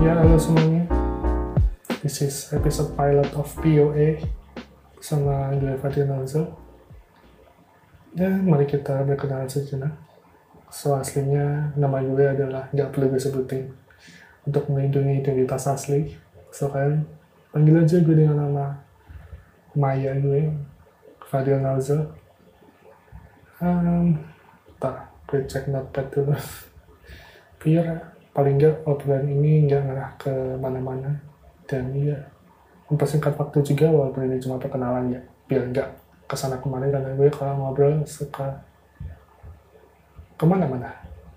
Ya, halo semuanya. This is episode pilot of POA sama gue Fadil Nazar. Dan mari kita berkenalan sejenak. So, aslinya nama gue adalah gak perlu gue sebutin untuk melindungi identitas asli. So, kalian panggil aja gue dengan nama Maya gue, Fadil Nazar. Gue cek notepad dulu. Biar paling nggak obrolan ini nggak ngarah ke mana-mana, dan ya mempersingkat waktu juga walaupun ini cuma perkenalan ya, biar nggak kesana kemari karena gue kalau ngobrol suka kemana-mana.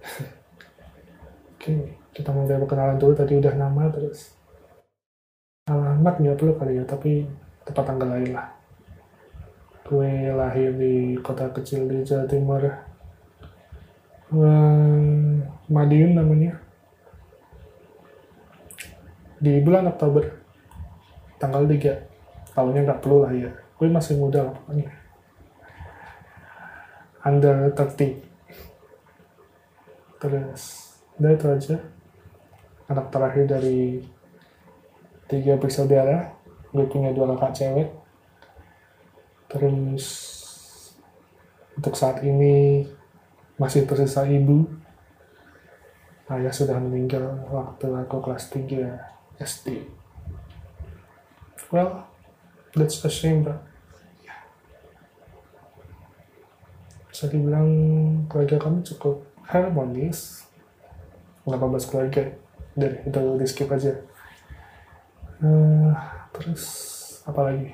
Oke, kita mulai perkenalan dulu. Tadi udah nama, terus alamat nggak perlu kali ya, tapi tempat tanggal lahir lah. Gue lahir di kota kecil di Jawa Timur, Madiun namanya, di bulan Oktober tanggal 3. Tahunnya nggak perlu lah ya, gue masih muda lah pokoknya, under 30. Terus udah itu aja. Anak terakhir dari 3 bersaudara. Gue punya 2 kakak cewek. Terus untuk saat ini masih tersisa ibu. Ayah sudah meninggal waktu aku kelas 3 SD. Well, that's a shame, but yeah. Bisa dibilang keluarga kami cukup harmonis. Nggak bahas keluarga, dari itu di skip aja. Terus apa lagi?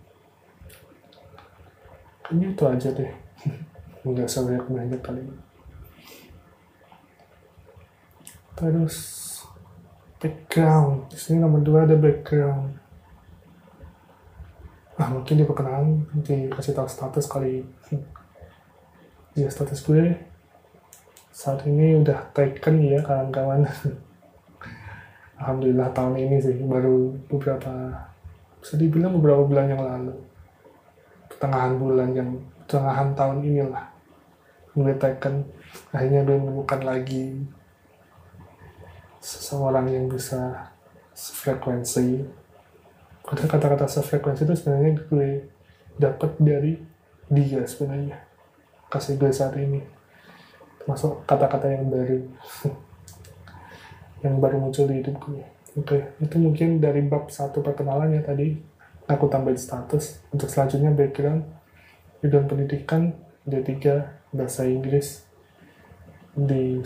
Kayaknya itu aja deh. Nggak usah banyak kali. Terus background, di sini nomor 2 ada background. Mungkin di perkenalan dikasih tahu status kali. Ya, status gue saat ini udah taken ya kawan-kawan. Alhamdulillah tahun ini sih, baru bisa dibilang beberapa bulan yang lalu, pertengahan tahun inilah gue taken. Akhirnya gue menemukan lagi seseorang yang bisa sefrekuensi. Kata-kata sefrekuensi itu sebenarnya gue dapat dari dia sebenarnya, kasih gue saat ini, termasuk kata-kata yang baru yang baru muncul di hidup gue. Oke, itu mungkin dari bab 1 perkenalan ya tadi. Aku tambahin status. Untuk selanjutnya background, bidang pendidikan D3 bahasa Inggris di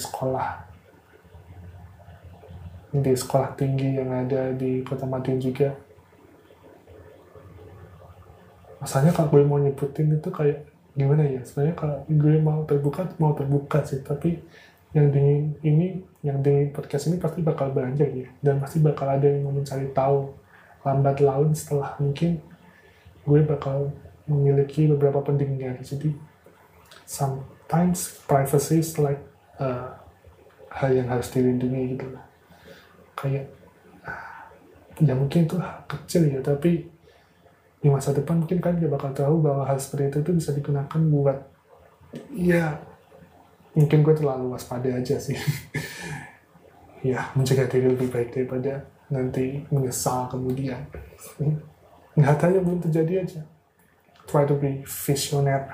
sekolah tinggi yang ada di Kota Madiun juga. Masalahnya kalau gue mau nyebutin itu kayak gimana ya, sebenarnya kalau gue mau terbuka sih, tapi yang di podcast ini pasti bakal beranjak ya, dan pasti bakal ada yang mau mencari tahu lambat laun setelah mungkin gue bakal memiliki beberapa pendengar. Jadi sometimes privacy is like hal yang harus dilindungi gitu lah. Kayak ya mungkin itu kecil ya, tapi di masa depan mungkin kan dia bakal tahu bahwa hal seperti itu bisa digunakan buat ya, mungkin gue terlalu waspada aja sih. Ya, mencegah diri lebih baik daripada nanti menyesal kemudian. Nyatanya belum terjadi aja. Try to be visioner.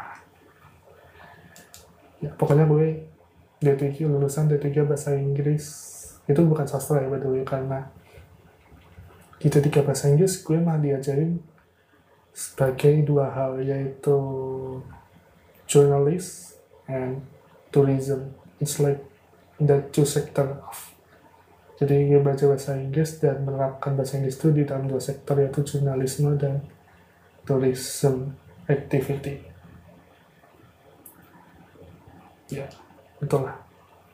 Ya, pokoknya gue lulusan D3 bahasa Inggris. Itu bukan sastra ya, betul, karena di D3 bahasa Inggris gue mah diajarin sebagai 2 hal, yaitu journalist and tourism. It's like the 2 sector of. Jadi gue baca bahasa Inggris dan menerapkan bahasa Inggris itu di dalam 2 sektor, yaitu jurnalisme dan tourism activity. Ya, betul lah.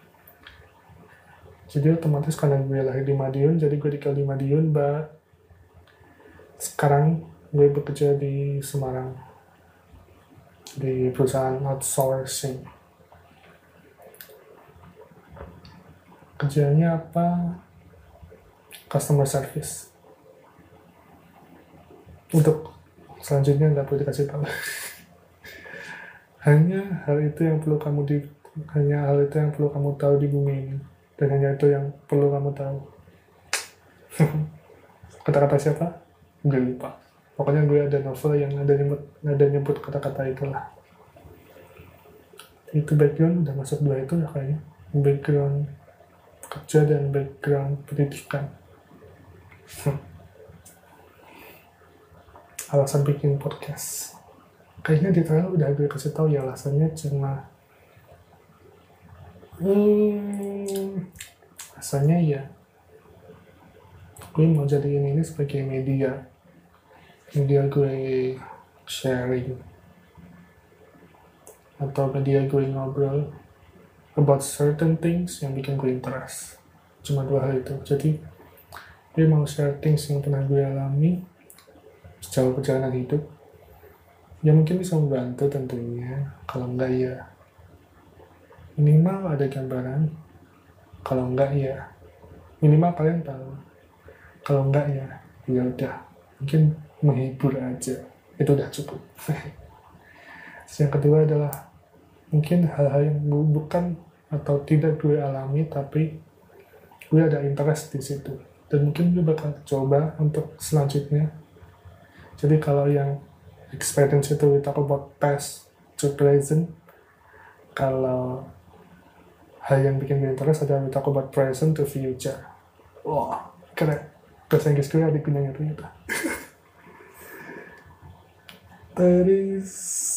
Jadi otomatis karena gue lahir di Madiun, jadi gue tinggal di Madiun, sekarang gue bekerja di Semarang di perusahaan outsourcing. Kerjanya apa? Customer service. Untuk selanjutnya nggak perlu dikasih tahu. Hanya hal itu yang perlu kamu tahu di bumi ini, dan hanya itu yang perlu kamu tahu. Kata-kata siapa? Gue lupa. Pokoknya gue ada novel yang ada nyebut kata-kata itulah. Itu background udah masuk 2 itu ya kayaknya. Background kerja dan background pendidikan. Alasan bikin podcast. Kayaknya detail udah gue kasih tahu ya, alasannya cuma rasanya ya gue mau jadiin ini sebagai media gue sharing atau media gue ngobrol about certain things yang bikin gue interest. Cuma 2 hal itu. Jadi gue mau share things yang pernah gue alami sejauh perjalanan hidup, ya mungkin bisa membantu tentunya. Kalau enggak ya minimal ada gambaran, kalau enggak ya minimal kalian tahu, kalau enggak ya ya udah mungkin menghibur aja, itu udah cukup. Yang kedua adalah mungkin hal-hal yang bukan atau tidak gue alami tapi gue ada interest di situ, dan mungkin gue bakal coba untuk selanjutnya. Jadi kalau yang experience itu we talk about past to present, kalau hal yang bikin gue interest adalah we talk about present to future. Wah, keren. Bahasa Inggris gue ada gunanya ternyata. Terus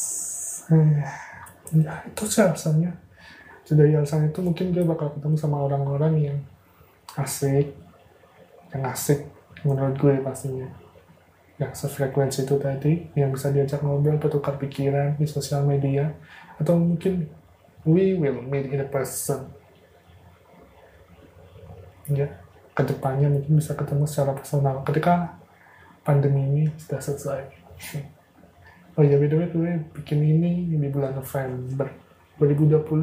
ya itu sih alasannya. Dari alasan itu mungkin gue bakal ketemu sama orang-orang yang asik menurut gue pastinya, yang sefrekuensi itu tadi, yang bisa diajak ngobrol, bertukar pikiran di sosial media, atau mungkin we will meet in a person. Ya, kedepannya mungkin bisa ketemu secara personal ketika pandemi ini sudah selesai. Oh ya, by the way, gue bikin ini di bulan November 2020.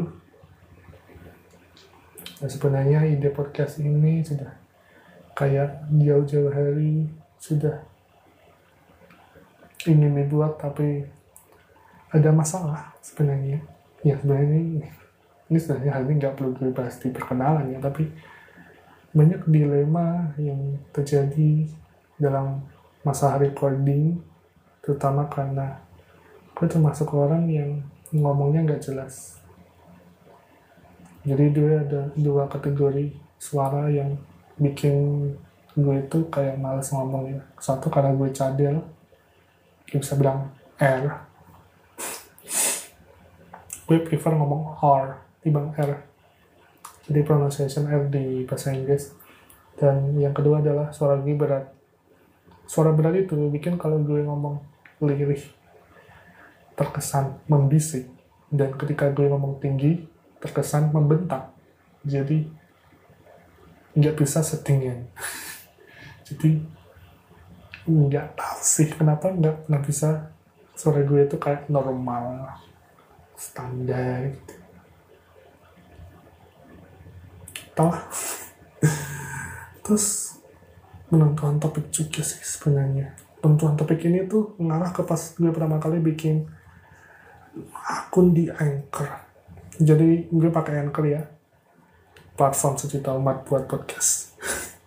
Nah, sebenarnya ide podcast ini sudah kayak jauh-jauh hari sudah ingin dibuat, tapi ada masalah sebenarnya. Ya sebenarnya ini sebenarnya hal ini nggak perlu gue bahas di perkenalan ya, tapi banyak dilema yang terjadi dalam masa recording, terutama karena gue termasuk orang yang ngomongnya nggak jelas. Jadi dia ada 2 kategori suara yang bikin gue itu kayak males ngomong ya. Satu karena gue cadel, gue bisa bilang R. Gue prefer ngomong R dibanding R. Jadi pronunciation R di bahasa Inggris. Dan yang kedua adalah suara gue berat. Suara berat itu bikin kalau gue ngomong lirih terkesan membisik, dan ketika gue ngomong tinggi terkesan membentak. Jadi nggak bisa settingan. Jadi nggak tahu sih kenapa nggak bisa suara gue itu kayak normal standar gitu. Tahu. Terus penentuan topik juga sih sebenarnya. Penentuan topik ini tuh mengarah ke pas gue pertama kali bikin akun di Anchor. Jadi gue pakai Anchor ya, platform sejuta umat buat podcast.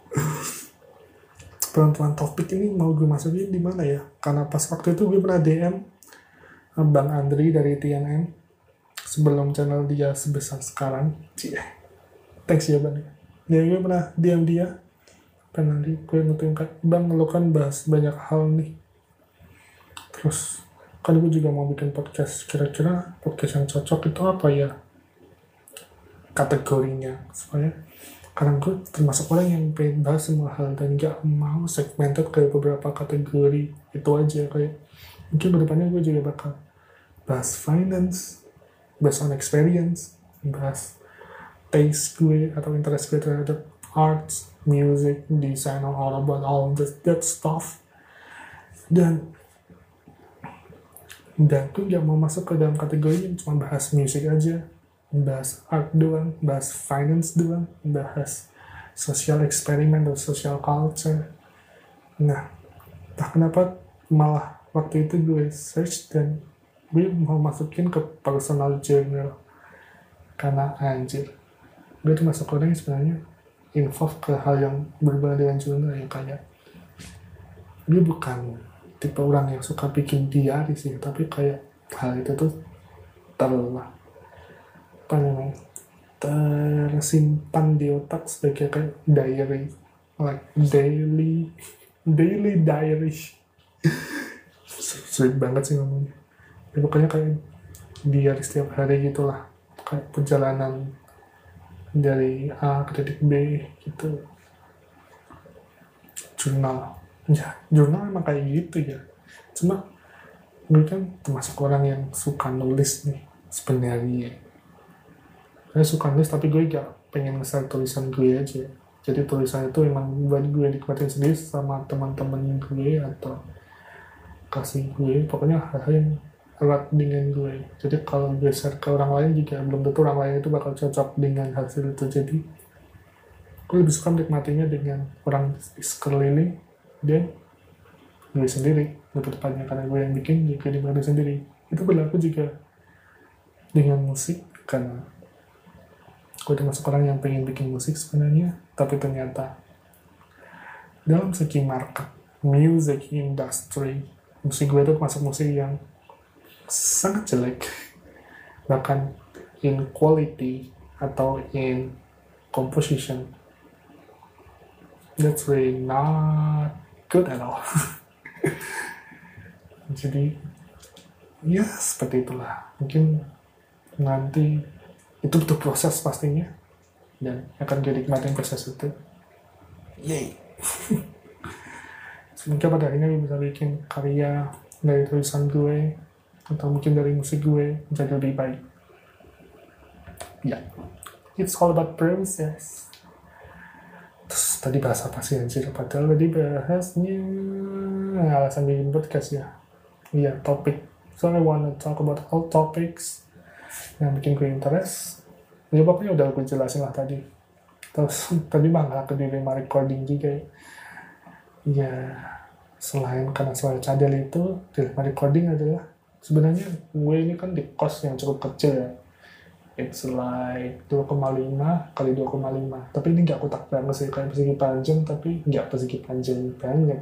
Penentuan topik ini mau gue masukin di mana ya? Karena pas waktu itu gue pernah DM Bang Andri dari TNM sebelum channel dia sebesar sekarang. Thanks ya Bang. Ya gue pernah DM dia, dan nanti gue ngutuin kayak, Bang lo kan bahas banyak hal nih, terus kan gue juga mau bikin podcast, kira-kira podcast yang cocok itu apa ya kategorinya, soalnya karena gue termasuk orang yang pengen bahas semua hal dan gak mau segmented ke beberapa kategori itu aja. Kayak mungkin kedepannya gue juga bakal bahas finance, based on experience, bahas taste gue atau interest gue terhadap arts, music, design, all about all that stuff. Dan gue gak mau masuk ke dalam kategori yang cuma bahas musik aja, bahas art doang, bahas finance doang, bahas social experiment atau social culture. Nah, entah kenapa malah waktu itu gue search dan gue mau masukin ke personal journal, karena anjir gue tuh masuk orang yang sebenarnya involve ke hal yang berbeda dengan jurnal, yang kayak dia bukan tipe orang yang suka bikin diary sih, tapi kayak hal itu tuh tersimpan di otak sebagai kayak diary, like daily diary. Sulit banget sih ngomongnya ya, pokoknya kayak diary setiap hari gitulah, kayak perjalanan dari A ke titik B gitu. Jurnal emang kayak gitu ya, cuma gue kan termasuk orang yang suka nulis nih sebenarnya. Saya suka nulis tapi gue gak pengen nge-share tulisan gue aja, jadi tulisan itu emang buat gue nikmatin sendiri sama teman-teman gue atau kasih gue, pokoknya hal-hal yang erat dengan gue. Jadi kalau gue share ke orang lain juga belum tentu orang lain itu bakal cocok dengan hasil itu. Jadi gue lebih suka menikmatinya dengan orang sekeliling dan gue sendiri lebih tepatnya, karena gue yang bikin juga dinikmati sendiri. Itu berlaku juga dengan musik, karena gue termasuk orang yang pengen bikin musik sebenarnya, tapi ternyata dalam segi market music industry, musik gue itu termasuk musik yang sangat jelek, bahkan in quality atau in composition that's really not good at all. Jadi ya seperti itulah, mungkin nanti itu butuh proses pastinya, dan akan gue nikmatin proses itu. Yay. Semoga pada akhirnya gue bisa bikin karya dari tulisan gue atau mungkin dari musik gue jadi lebih baik. Ya, it's all about process. Terus tadi bahas apa sih anjir? Padahal tadi bahasnya alasan bikin podcast ya. Iya, topik. So I wanna talk about all topics yang bikin gue interest. Ya pokoknya udah gue jelasin lah tadi. Terus tadi mah gak kedirima recording juga ya. Ya, selain karena suara cadel itu, dilema recording adalah sebenarnya gue ini kan di kos yang cukup kecil ya. It's like 2,5 kali 2,5. Tapi ini gak kotak banget sih, kayak persegi panjang tapi gak persegi panjang banget.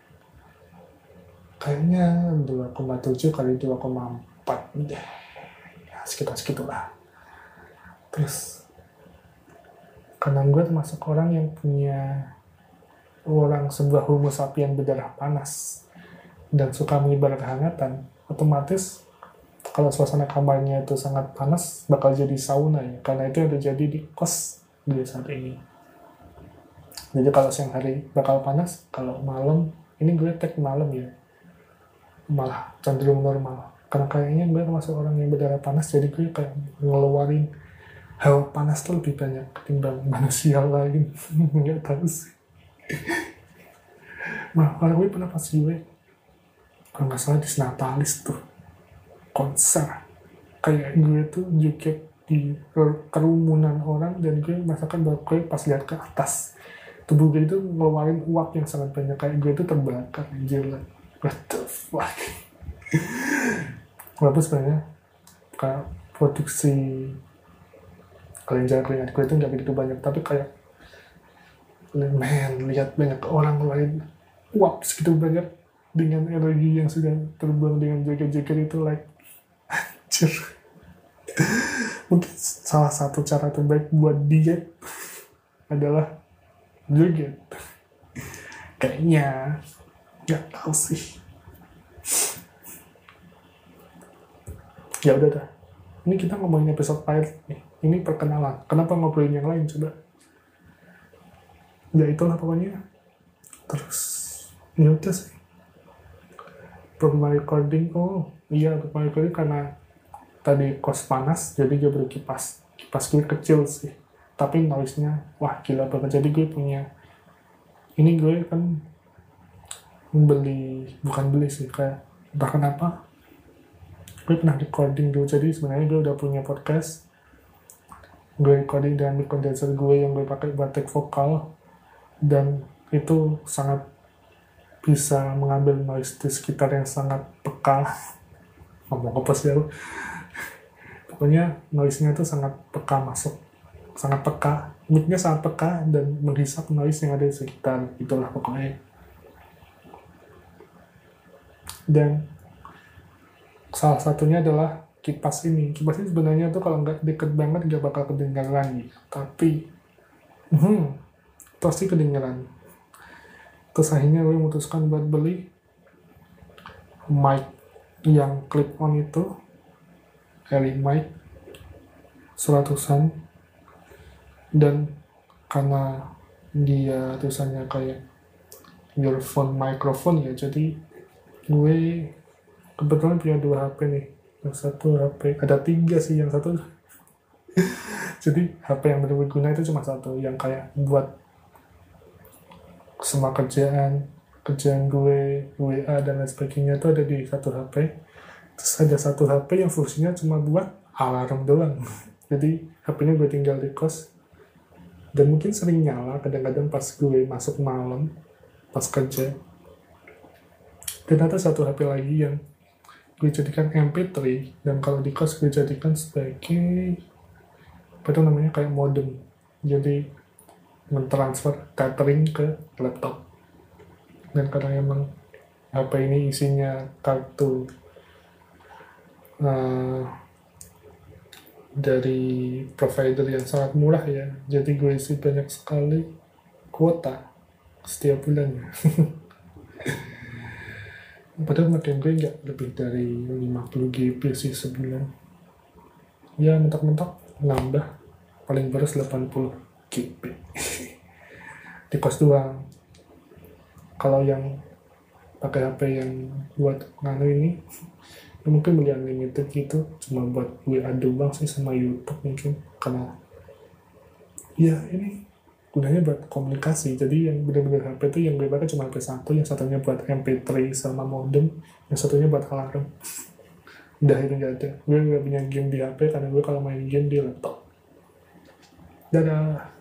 Kayaknya 2,7 kali 2,4 deh. Ya sekitar-segitulah. Terus karena gue termasuk orang yang punya sebuah homo sapien berdarah panas dan suka menyebar kehangatan, otomatis kalau suasana kamarnya itu sangat panas bakal jadi sauna ya, karena itu yang terjadi di kos gue saat ini. Jadi kalau siang hari bakal panas, kalau malam, ini gue tag malam ya, malah cenderung normal, karena kayaknya gue termasuk orang yang berdarah panas, jadi gue kayak ngeluarin hawa panas tuh lebih banyak ketimbang manusia lain. Nggak tahu sih. Nah, kalau gue pernah pas gue kalau nggak salah di Natalis tuh konser, kayak gue tuh joget di kerumunan orang dan gue merasakan bahwa gue pas lihat ke atas tubuh gue itu ngeluarin uap yang sangat banyak, kayak gue tuh terbakar anjir lah. What the fuck. Walaupun sebenarnya kayak produksi kelenjar keringat gue itu nggak begitu banyak, tapi kayak lihat banyak orang lain uap segitu banyak dengan energi yang sudah terbang dengan joget-joget itu, like anjir. Mungkin salah satu cara terbaik buat diet adalah joget. Kayaknya nggak tahu sih. Ya udah dah. Ini kita ngomongin episode pilot nih. Ini perkenalan. Kenapa ngobrolin yang lain coba? Ya itulah pokoknya. Terus ya udah sih. Problem recording. Oh iya, problem recording karena tadi kos panas, jadi gue beli kipas gue kecil sih, tapi noise-nya wah gila banget. Jadi gue punya ini, gue kan bukan beli sih, kayak entah kenapa gue pernah recording dulu. Jadi sebenarnya gue udah punya podcast, gue recording dengan mic condenser gue yang gue pakai buat take vokal, dan itu sangat bisa mengambil noise di sekitar yang sangat peka. Ngomong apa sih ya, pokoknya noise-nya itu sangat peka masuk sangat peka, mic-nya sangat peka dan menghisap noise yang ada di sekitar, itulah pokoknya. Dan salah satunya adalah kipas ini. Kipas ini sebenarnya tuh kalau nggak deket banget nggak bakal kedengaran gitu. Tapi pasti kedengaran. Terus akhirnya gue memutuskan buat beli mic yang clip on itu, Harry mic 100-an, dan karena dia tulisannya kayak your phone microphone ya, jadi gue kebetulan punya 2 HP nih. Yang satu HP, ada 3 sih, yang satu jadi HP yang berguna itu cuma satu, yang kayak buat semua kerjaan gue, WA dan lain sebagainya itu ada di satu HP. Terus ada satu HP yang fungsinya cuma buat alarm doang. Jadi HP-nya gue tinggal di kos dan mungkin sering nyala kadang-kadang pas gue masuk malam pas kerja. Dan ada satu HP lagi yang gue jadikan MP3, dan kalau di kos gue jadikan sebagai apa itu namanya, kayak modem. Jadi mentransfer tethering ke laptop. Dan karena emang HP ini isinya kartu dari provider yang sangat murah ya, jadi gue isi banyak sekali kuota setiap bulannya. Padahal makin gue nggak lebih dari 50 GB sih sebulan. Ya mentok-mentok nambah paling boros 80 GB. Di kos doang. Kalau yang pakai HP yang buat nganu ini, ya mungkin beli unlimited gitu, cuma buat WA doang sih sama YouTube mungkin, karena ya ini gunanya buat komunikasi. Jadi yang bener-bener HP itu yang gue pakai cuma HP satu, yang satunya buat MP3 sama modem, yang satunya buat alarm. Udah itu nggak ada. Gue nggak punya game di HP karena gue kalau main game di laptop. Dadah.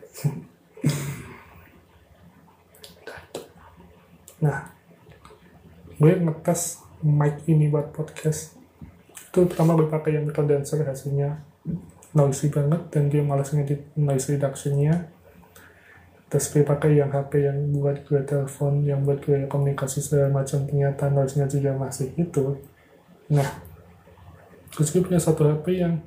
Nah, gue ngetes mic ini buat podcast. Itu pertama gue pakai yang condenser, hasilnya noisy banget dan gue malas ngedit noise reduction-nya. Terus gue pakai yang HP yang buat gue telepon, yang buat gue komunikasi segala macam, ternyata noise-nya juga masih itu. Nah, terus gue punya satu HP yang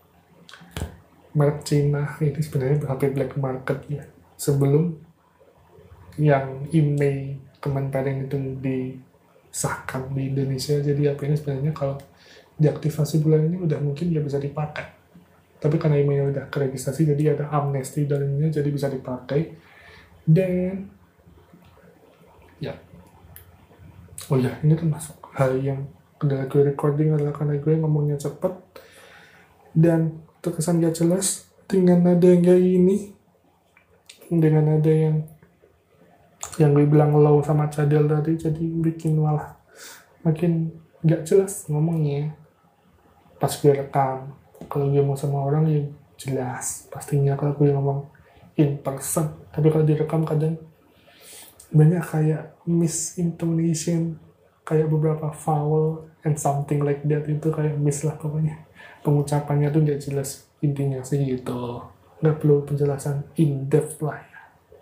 merek Cina, ini sebenarnya HP black market ya. Sebelum yang IMEI Kemenperin itu disahkan di Indonesia, jadi HP ini sebenarnya kalau diaktifasi bulan ini udah mungkin ya bisa dipakai. Tapi karena email udah keregistrasi, jadi ada amnesti dalamnya, jadi bisa dipakai. Dan ya, oh ya, ini termasuk hal yang kendala gue recording adalah karena gue ngomongnya cepet dan terkesan gak jelas dengan nada yang kayak ini, dengan nada yang gue bilang low sama cadel tadi, jadi bikin malah makin gak jelas ngomongnya. Pas gue rekam, kalau gue mau sama orang ya jelas pastinya kalau gue ngomong in person, tapi kalau direkam kadang banyak kayak misintonation, kayak beberapa vowel and something like that, itu kayak miss lah pokoknya, pengucapannya tuh gak jelas. Intinya sih gitu, gak perlu penjelasan in depth lah ya.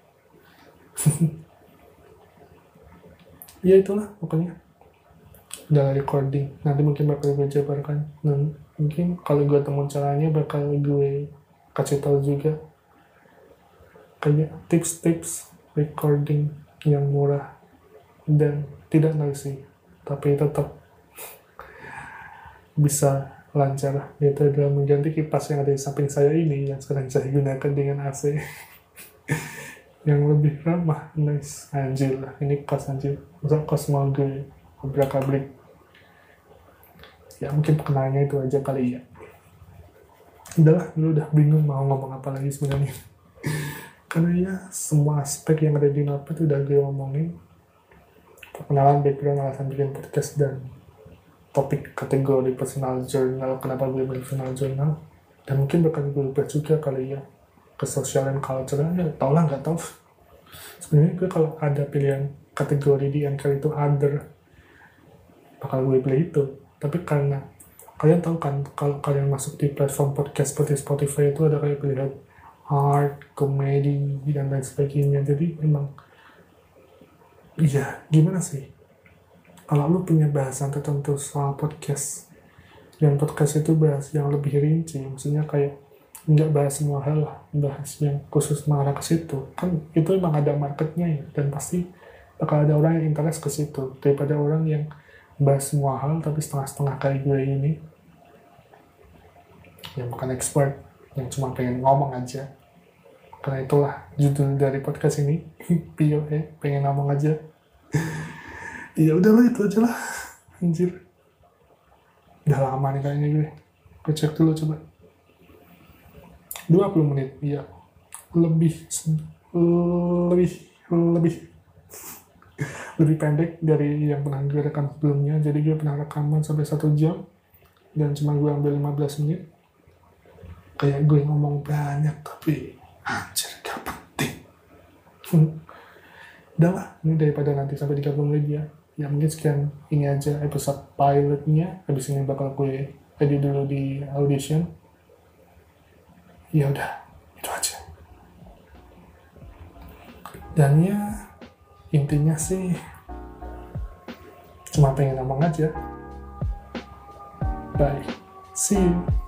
Ya itulah pokoknya dalam recording. Nanti mungkin bakal gue jabarkan, dan mungkin kalau gue temu caranya bakal gue kasih tahu juga kayak tips-tips recording yang murah dan tidak noisy tapi tetap bisa lancar, yaitu adalah mengganti kipas yang ada di samping saya ini yang sedang saya gunakan dengan AC yang lebih ramah noise. Anjir lah, ini kos anjir, masa kos mau gue obrak-abrik. Ya mungkin perkenalannya itu aja kali ya. Udahlah, lu udah bingung mau ngomong apa lagi sebenarnya. Karena ya semua aspek yang ada di Notepad udah gue ngomongin. Perkenalan, background, alasan bikin podcast, dan topik kategori personal journal, kenapa gue beli personal journal, dan mungkin bakal gue ubah juga kali ya ke social and culture. Ya tau lah, nggak tau sebenarnya gue kalau ada pilihan kategori di Anchor itu other, bakal gue beli itu. Tapi karena kalian tahu kan, kalau kalian masuk di platform podcast seperti Spotify itu ada kayak pilihan art, komedi, dan lain sebagainya. Jadi memang, iya, gimana sih? Kalau lu punya bahasan tertentu soal podcast, dan podcast itu bahas yang lebih rinci, maksudnya kayak nggak bahas semua hal lah, bahas yang khusus mengarah ke situ, kan itu emang ada marketnya ya, dan pasti bakal ada orang yang interest ke situ, daripada orang yang bahas semua hal tapi setengah-setengah kayak gue ini, yang bukan expert, yang cuma pengen ngomong aja. Karena itulah judul dari podcast ini, POE, pengen ngomong aja. Ya udahlah, itu aja lah, anjir. Udah lama nih kayaknya gue cek dulu coba. 20 menit, iya. Lebih pendek dari yang pernah gue rekam sebelumnya. Jadi gue pernah rekaman sampai 1 jam dan cuma gue ambil 15 menit. Kayak gue ngomong banyak tapi anjir gak penting. Udah lah, ini daripada nanti sampai 30 menit ya. Ya mungkin sekian ini aja episode pilotnya. Habis ini bakal gue edit dulu di Audition. Ya udah, itu aja. Dan ya intinya sih cuma pengen ngomong aja. Bye, see you.